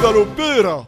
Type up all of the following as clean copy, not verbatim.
Viva l'opéra!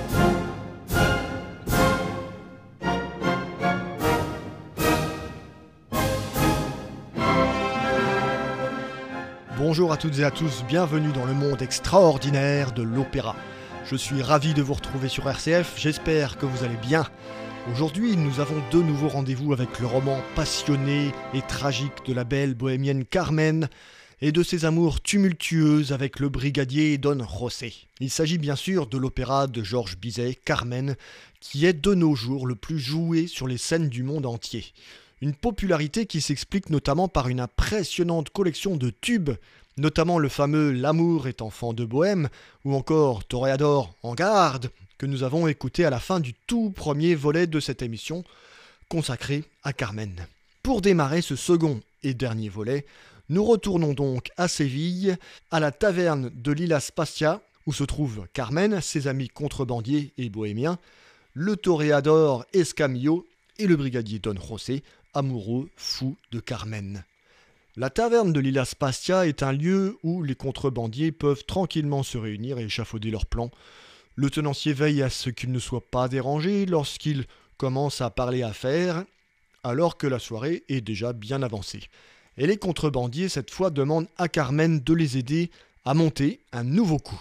Bonjour à toutes et à tous, bienvenue dans le monde extraordinaire de l'opéra. Je suis ravi de vous retrouver sur RCF, j'espère que vous allez bien. Aujourd'hui, nous avons de nouveaux rendez-vous avec le roman passionné et tragique de la belle bohémienne Carmen et de ses amours tumultueuses avec le brigadier Don José. Il s'agit bien sûr de l'opéra de Georges Bizet, Carmen, qui est de nos jours le plus joué sur les scènes du monde entier. Une popularité qui s'explique notamment par une impressionnante collection de tubes, notamment le fameux L'amour est enfant de Bohème, ou encore Toréador en garde, que nous avons écouté à la fin du tout premier volet de cette émission, consacrée à Carmen. Pour démarrer ce second et dernier volet, nous retournons donc à Séville, à la taverne de Lilla Spezia, où se trouvent Carmen, ses amis contrebandiers et bohémiens, le toréador Escamillo et le brigadier Don José, amoureux fou de Carmen. La taverne de Lilla Spezia est un lieu où les contrebandiers peuvent tranquillement se réunir et échafauder leurs plans. Le tenancier veille à ce qu'ils ne soient pas dérangés lorsqu'ils commencent à parler affaires, alors que la soirée est déjà bien avancée. Et les contrebandiers, cette fois, demandent à Carmen de les aider à monter un nouveau coup.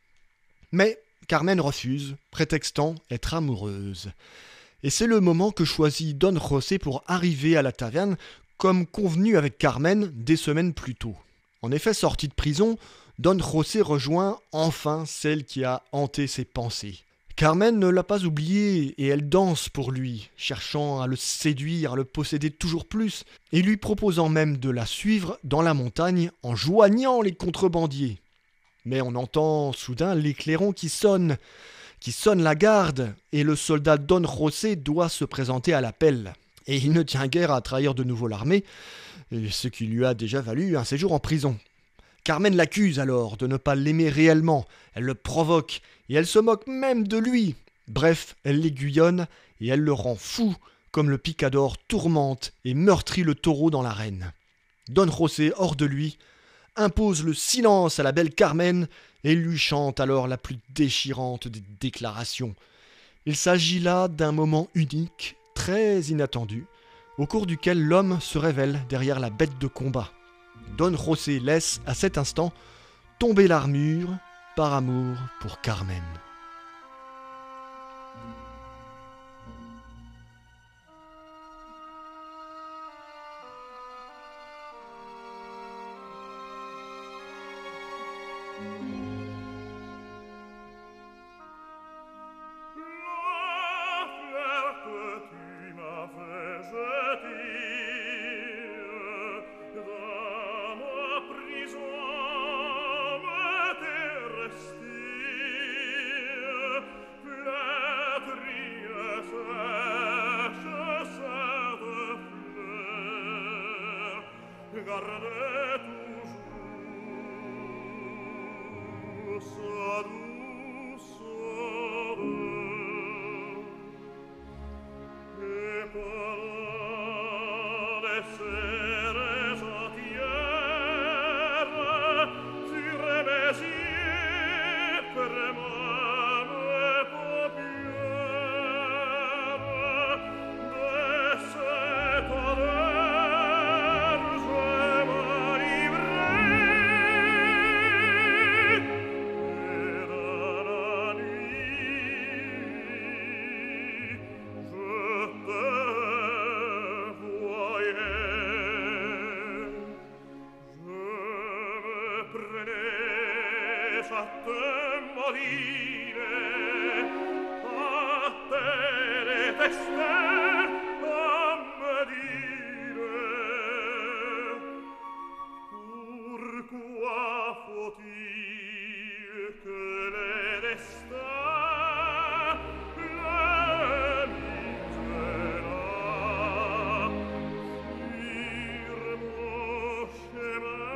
Mais Carmen refuse, prétextant être amoureuse. Et c'est le moment que choisit Don José pour arriver à la taverne, comme convenu avec Carmen des semaines plus tôt. En effet, sorti de prison, Don José rejoint enfin celle qui a hanté ses pensées. Carmen ne l'a pas oublié et elle danse pour lui, cherchant à le séduire, à le posséder toujours plus, et lui proposant même de la suivre dans la montagne en joignant les contrebandiers. Mais on entend soudain l'éclairon qui sonne la garde, et le soldat Don José doit se présenter à l'appel. Et il ne tient guère à trahir de nouveau l'armée, ce qui lui a déjà valu un séjour en prison. Carmen l'accuse alors de ne pas l'aimer réellement, elle le provoque, et elle se moque même de lui. Bref, elle l'aiguillonne, et elle le rend fou, comme le picador tourmente et meurtrit le taureau dans l'arène. Don José, hors de lui, impose le silence à la belle Carmen, et lui chante alors la plus déchirante des déclarations. Il s'agit là d'un moment unique, très inattendu, au cours duquel l'homme se révèle derrière la bête de combat. Don José laisse, à cet instant, tomber l'armure par amour pour Carmen. Gardez toujours sa douceur et par des serres entières sur mes yeux permanent paupières de cette odeur. A te morire, a te détester, a me dire pourquoi faut-il que les destins le misèrent sur mon chemin.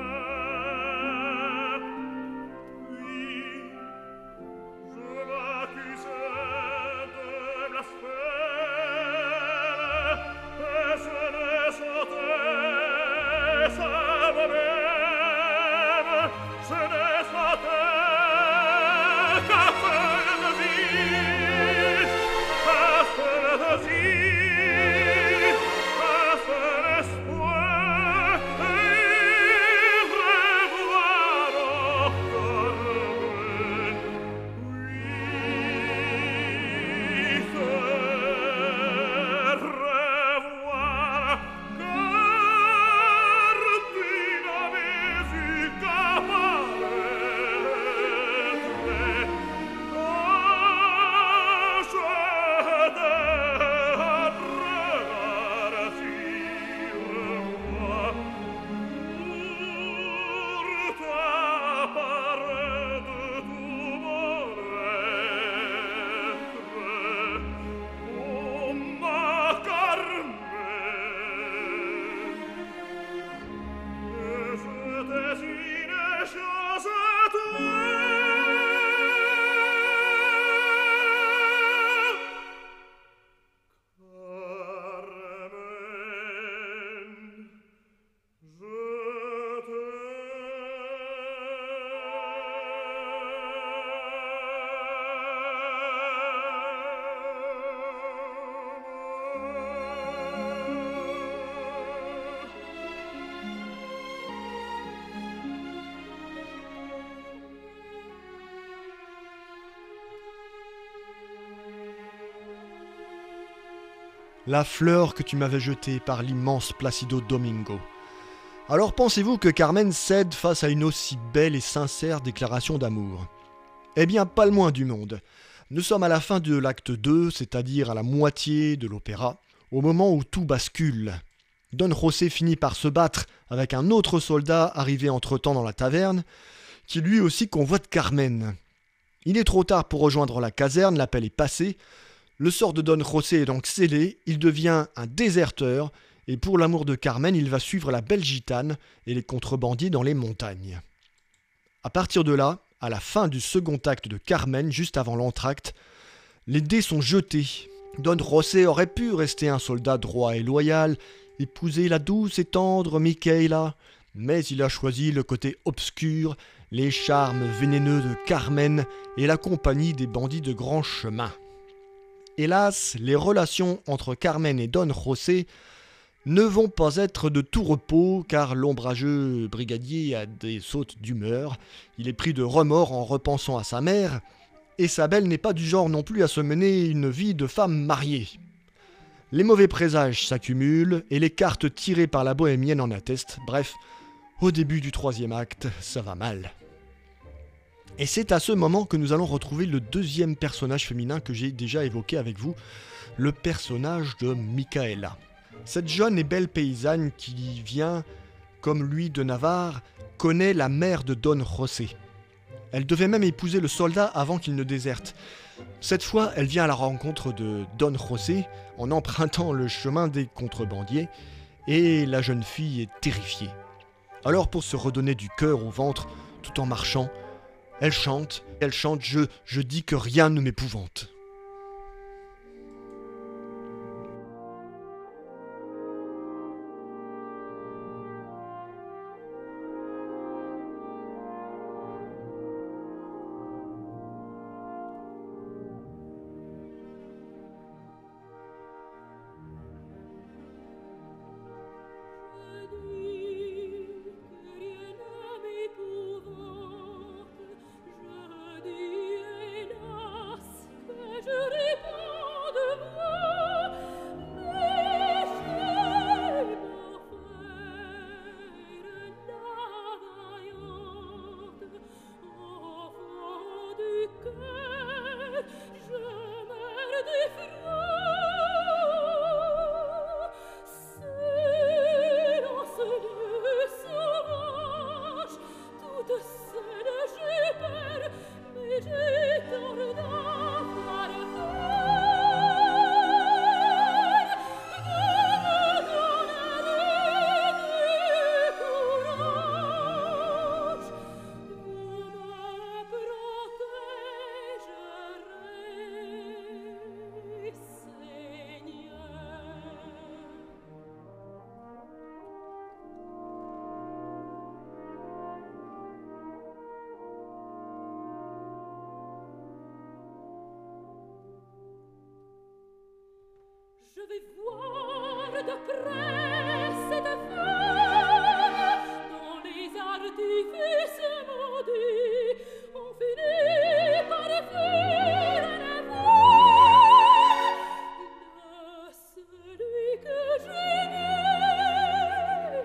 Ce n'est pas te la fleur que tu m'avais jetée par l'immense Placido Domingo. Alors pensez-vous que Carmen cède face à une aussi belle et sincère déclaration d'amour? Eh bien, pas le moins du monde. Nous sommes à la fin de l'acte 2, c'est-à-dire à la moitié de l'opéra, au moment où tout bascule. Don José finit par se battre avec un autre soldat arrivé entre-temps dans la taverne, qui lui aussi convoite Carmen. Il est trop tard pour rejoindre la caserne, l'appel est passé. Le sort de Don José est donc scellé, il devient un déserteur, et pour l'amour de Carmen, il va suivre la belle gitane et les contrebandiers dans les montagnes. À partir de là, à la fin du second acte de Carmen, juste avant l'entracte, les dés sont jetés. Don José aurait pu rester un soldat droit et loyal, épouser la douce et tendre Micaela, mais il a choisi le côté obscur, les charmes vénéneux de Carmen et la compagnie des bandits de grand chemin. Hélas, les relations entre Carmen et Don José ne vont pas être de tout repos, car l'ombrageux brigadier a des sautes d'humeur, il est pris de remords en repensant à sa mère, et sa belle n'est pas du genre non plus à se mener une vie de femme mariée. Les mauvais présages s'accumulent, et les cartes tirées par la bohémienne en attestent. Bref, au début du troisième acte, ça va mal. Et c'est à ce moment que nous allons retrouver le deuxième personnage féminin que j'ai déjà évoqué avec vous, le personnage de Micaela. Cette jeune et belle paysanne qui vient, comme lui de Navarre, connaît la mère de Don José. Elle devait même épouser le soldat avant qu'il ne déserte. Cette fois, elle vient à la rencontre de Don José en empruntant le chemin des contrebandiers, et la jeune fille est terrifiée. Alors pour se redonner du cœur au ventre, tout en marchant, elle chante, je dis que rien ne m'épouvante. Je vais voir de près cette femme dont les artifices maudits ont fini par fuir la voix de celui que j'aimais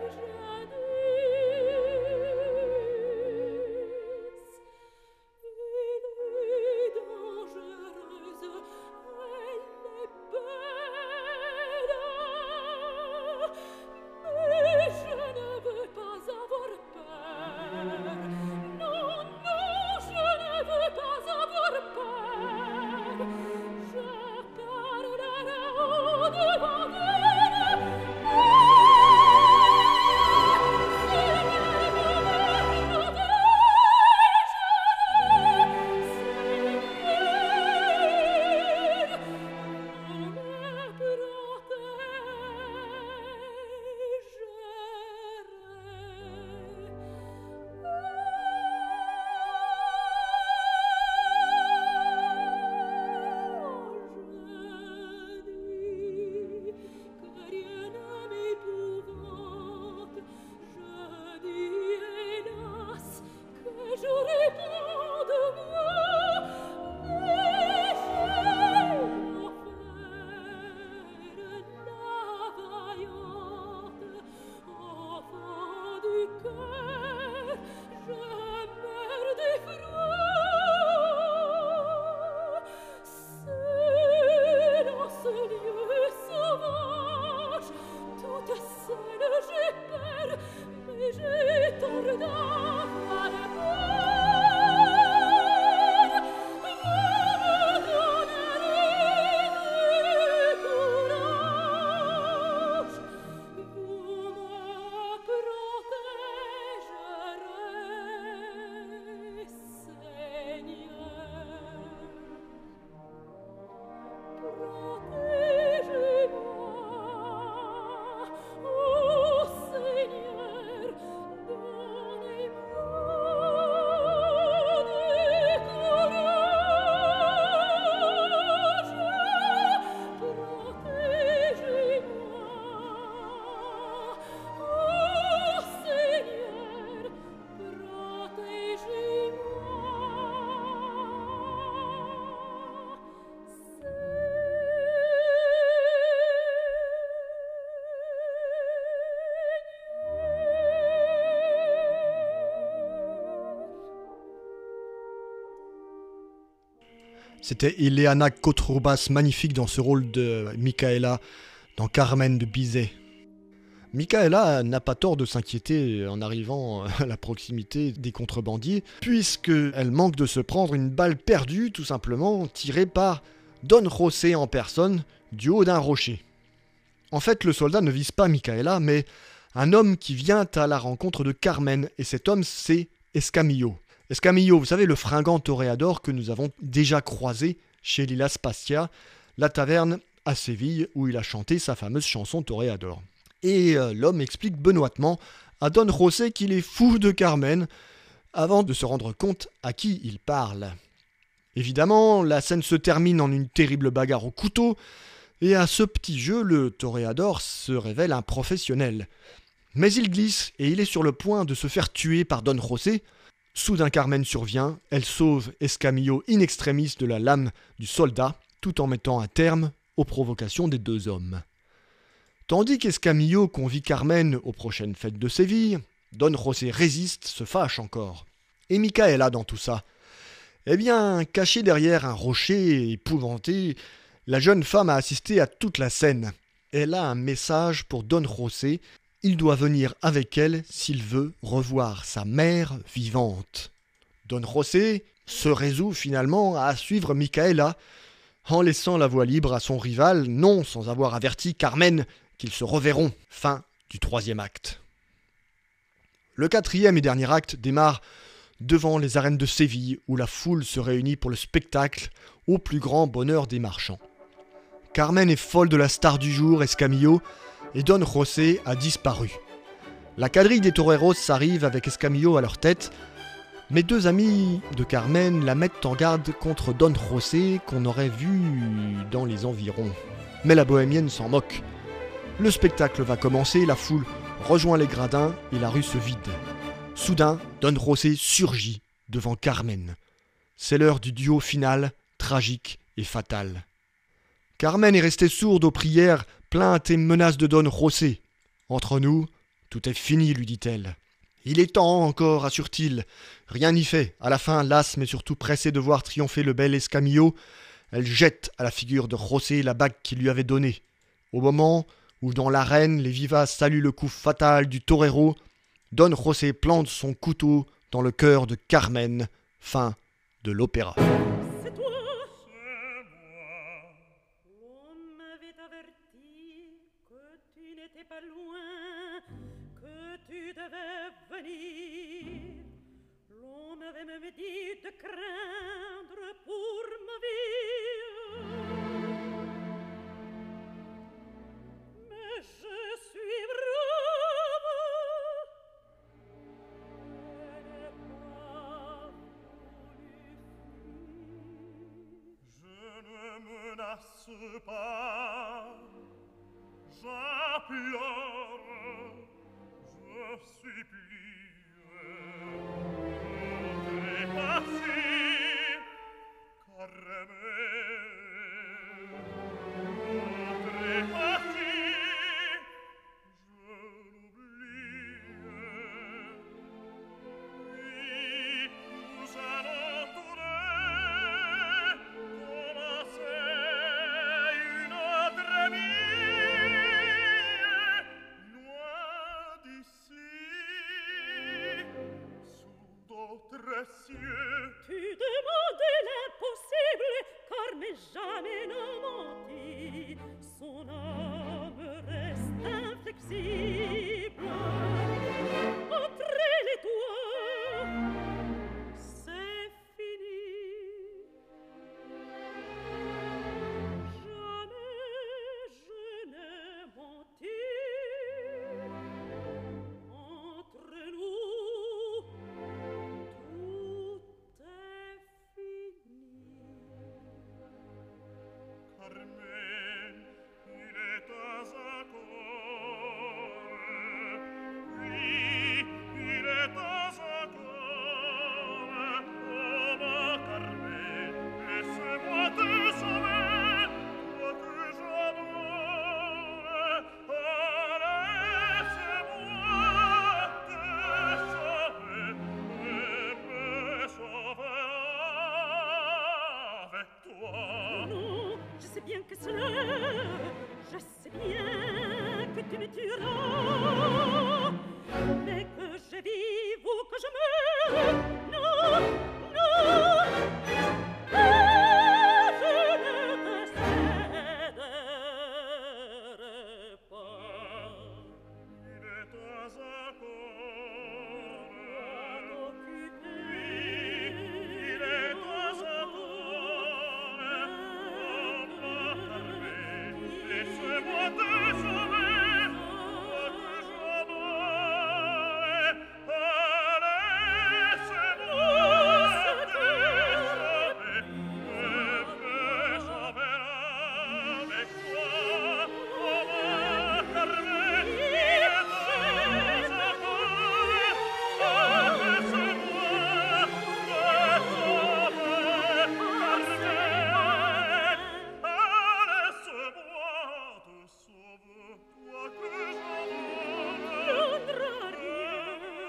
jadis. Elle est dangereuse, elle est belle, mais je ne veux pas avoir peur. C'était Ileana Kotrourbas, magnifique dans ce rôle de Micaela dans Carmen de Bizet. Micaela n'a pas tort de s'inquiéter en arrivant à la proximité des contrebandiers, puisqu'elle manque de se prendre une balle perdue, tout simplement, tirée par Don José en personne, du haut d'un rocher. En fait, le soldat ne vise pas Micaela, mais un homme qui vient à la rencontre de Carmen, et cet homme, c'est Escamillo. Escamillo, vous savez, le fringant toréador que nous avons déjà croisé chez Lila Spacia, la taverne à Séville où il a chanté sa fameuse chanson Toréador. Et l'homme explique benoîtement à Don José qu'il est fou de Carmen avant de se rendre compte à qui il parle. Évidemment, la scène se termine en une terrible bagarre au couteau, et à ce petit jeu, le toréador se révèle un professionnel. Mais il glisse et il est sur le point de se faire tuer par Don José. Soudain Carmen survient, elle sauve Escamillo in extremis de la lame du soldat, tout en mettant un terme aux provocations des deux hommes. Tandis qu'Escamillo convie Carmen aux prochaines fêtes de Séville, Don José résiste, se fâche encore. Et Micaela dans tout ça? Eh bien, cachée derrière un rocher épouvanté, la jeune femme a assisté à toute la scène. Elle a un message pour Don José. Il doit venir avec elle s'il veut revoir sa mère vivante. Don José se résout finalement à suivre Micaela en laissant la voie libre à son rival, non sans avoir averti Carmen qu'ils se reverront. Fin du 3e acte. Le 4e et dernier acte démarre devant les arènes de Séville où la foule se réunit pour le spectacle au plus grand bonheur des marchands. Carmen est folle de la star du jour, Escamillo, et Don José a disparu. La quadrille des toreros arrive avec Escamillo à leur tête, mais deux amis de Carmen la mettent en garde contre Don José qu'on aurait vu dans les environs. Mais la bohémienne s'en moque. Le spectacle va commencer, la foule rejoint les gradins et la rue se vide. Soudain, Don José surgit devant Carmen. C'est l'heure du duo final, tragique et fatal. Carmen est restée sourde aux prières, plaintes et menaces de Don José. Entre nous, tout est fini, lui dit-elle. Il est temps encore, assure-t-il. Rien n'y fait. À la fin, lasse mais surtout pressée de voir triompher le bel Escamillo, elle jette à la figure de José la bague qu'il lui avait donnée. Au moment où dans l'arène les vivaces saluent le coup fatal du torero, Don José plante son couteau dans le cœur de Carmen. Fin de l'opéra. C'est toi. C'est moi. On m'avait averti que tu n'étais pas loin, que tu devais venir. L'on m'avait même dit de craindre pour ma vie. Mais je suis brave. Je n'ai pas voulu fuir. Je ne menace pas, j'implore, je supplie, trépassez, Carmen, trépassez, je l'oublie. Oui, nous allons tourner, commencer une autre vie, loin d'ici, sous d'autres cieux. Tu demandais l'impossible, Carmen jamais n'a menti. Son âme reste inflexible. Entre elle et toi, c'est fini. Jamais je n'ai menti. Entre nous, tout est fini. Carmen, il est temps encore bien que cela, je sais bien que tu me tueras, mais que je vive ou que je meure, non, non, je ne te céderai pas. Il est toi encore, Occupé, il est toi encore, laisse-moi te sauver, que jamais, laisse-moi te sauver, me sauver avec toi, oh ma Carmen, il est toi encore, laisse-moi te sauver, Carmen, laisse-moi te sauver, toi que j'adore, prendra rien.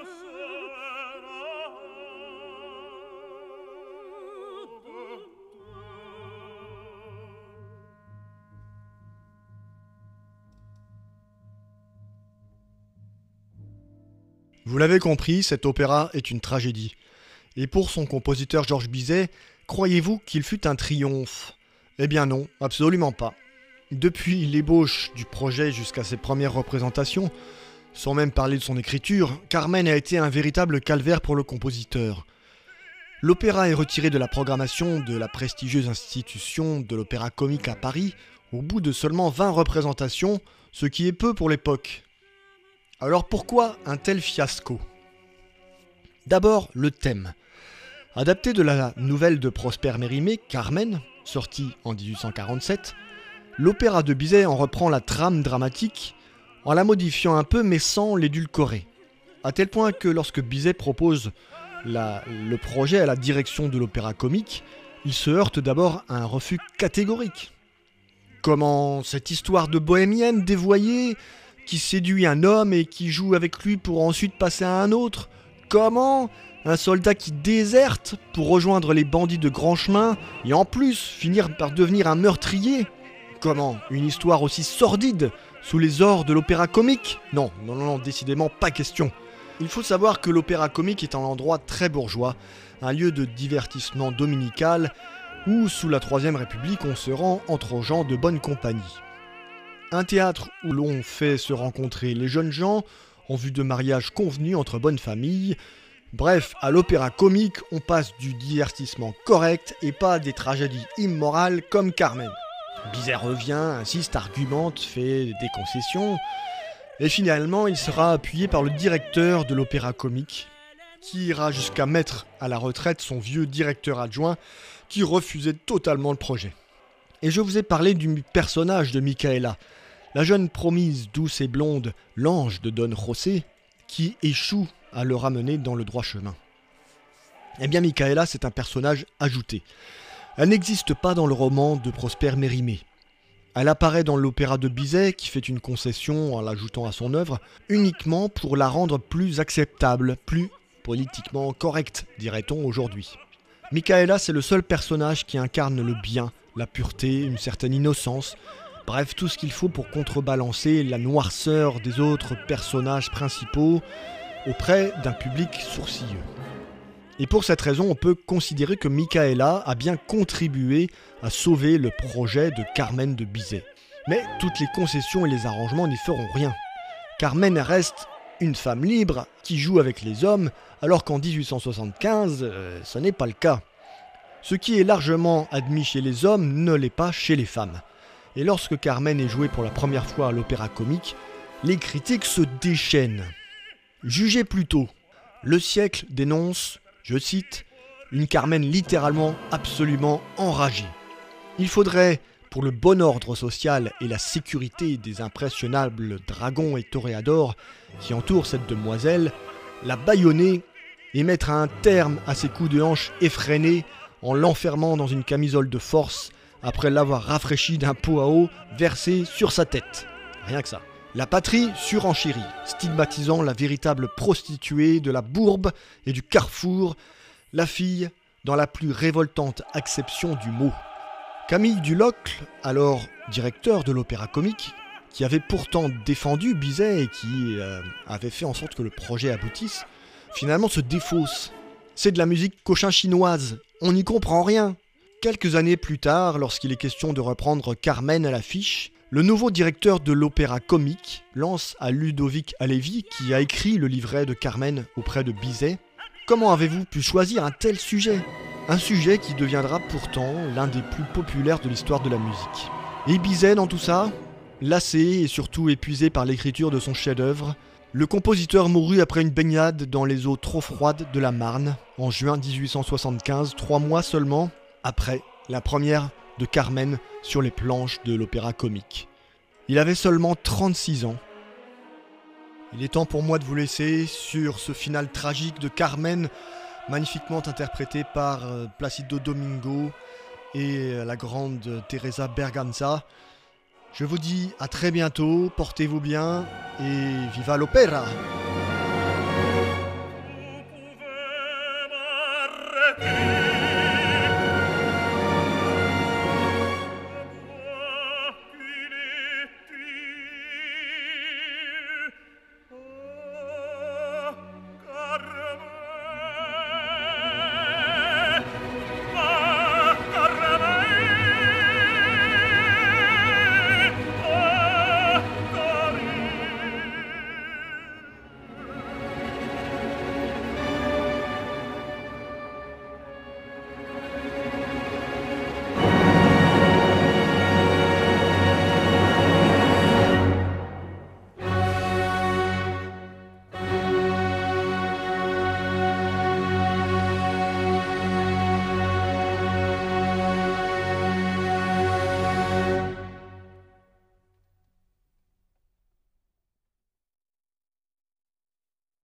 Vous l'avez compris, cet opéra est une tragédie. Et pour son compositeur Georges Bizet, croyez-vous qu'il fut un triomphe? Eh bien non, absolument pas. Depuis l'ébauche du projet jusqu'à ses premières représentations, sans même parler de son écriture, Carmen a été un véritable calvaire pour le compositeur. L'opéra est retiré de la programmation de la prestigieuse institution de l'Opéra Comique à Paris au bout de seulement 20 représentations, ce qui est peu pour l'époque. Alors pourquoi un tel fiasco? D'abord, le thème. Adapté de la nouvelle de Prosper Mérimée, Carmen, sortie en 1847, l'opéra de Bizet en reprend la trame dramatique en la modifiant un peu mais sans l'édulcorer. À tel point que lorsque Bizet propose le projet à la direction de l'Opéra Comique, il se heurte d'abord à un refus catégorique. Comment cette histoire de bohémienne dévoyée qui séduit un homme et qui joue avec lui pour ensuite passer à un autre? Comment un soldat qui déserte pour rejoindre les bandits de grand chemin et en plus finir par devenir un meurtrier? Comment une histoire aussi sordide sous les ors de l'Opéra Comique? Non, décidément pas question. Il faut savoir que l'Opéra Comique est un endroit très bourgeois, un lieu de divertissement dominical où, sous la Troisième République, on se rend entre gens de bonne compagnie. Un théâtre où l'on fait se rencontrer les jeunes gens en vue de mariages convenus entre bonnes familles. Bref, à l'Opéra Comique, on passe du divertissement correct et pas des tragédies immorales comme Carmen. Bizet revient, insiste, argumente, fait des concessions, et finalement il sera appuyé par le directeur de l'Opéra Comique, qui ira jusqu'à mettre à la retraite son vieux directeur adjoint qui refusait totalement le projet. Et je vous ai parlé du personnage de Micaëla, la jeune promise douce et blonde, l'ange de Don José, qui échoue à le ramener dans le droit chemin. Eh bien Micaëla, c'est un personnage ajouté. Elle n'existe pas dans le roman de Prosper Mérimée. Elle apparaît dans l'opéra de Bizet, qui fait une concession en l'ajoutant à son œuvre, uniquement pour la rendre plus acceptable, plus politiquement correcte, dirait-on aujourd'hui. Micaëla, c'est le seul personnage qui incarne le bien, la pureté, une certaine innocence, bref, tout ce qu'il faut pour contrebalancer la noirceur des autres personnages principaux auprès d'un public sourcilleux. Et pour cette raison, on peut considérer que Micaëla a bien contribué à sauver le projet de Carmen de Bizet. Mais toutes les concessions et les arrangements n'y feront rien. Carmen reste une femme libre qui joue avec les hommes, alors qu'en 1875, ce n'est pas le cas. Ce qui est largement admis chez les hommes ne l'est pas chez les femmes. Et lorsque Carmen est jouée pour la première fois à l'Opéra Comique, les critiques se déchaînent. Jugez plutôt, Le Siècle dénonce, je cite, une Carmen littéralement absolument enragée. Il faudrait, pour le bon ordre social et la sécurité des impressionnables dragons et toréadors qui entourent cette demoiselle, la bâillonner et mettre un terme à ses coups de hanche effrénés en l'enfermant dans une camisole de force après l'avoir rafraîchi d'un pot à eau versé sur sa tête. Rien que ça. La patrie surenchérie, stigmatisant la véritable prostituée de la bourbe et du carrefour, la fille dans la plus révoltante acception du mot. Camille Dulocle, alors directeur de l'Opéra Comique, qui avait pourtant défendu Bizet et qui avait fait en sorte que le projet aboutisse, finalement se défausse. C'est de la musique cochin-chinoise, on n'y comprend rien. Quelques années plus tard, lorsqu'il est question de reprendre Carmen à l'affiche, le nouveau directeur de l'Opéra Comique lance à Ludovic Halévy, qui a écrit le livret de Carmen auprès de Bizet, « Comment avez-vous pu choisir un tel sujet ? Un sujet qui deviendra pourtant l'un des plus populaires de l'histoire de la musique. » Et Bizet dans tout ça, lassé et surtout épuisé par l'écriture de son chef-d'œuvre, le compositeur mourut après une baignade dans les eaux trop froides de la Marne en juin 1875, 3 mois seulement après la première de Carmen sur les planches de l'Opéra Comique. Il avait seulement 36 ans. Il est temps pour moi de vous laisser sur ce final tragique de Carmen, magnifiquement interprété par Placido Domingo et la grande Teresa Berganza. Je vous dis à très bientôt, portez-vous bien et viva l'opéra! Tu pouvais m'arrêter.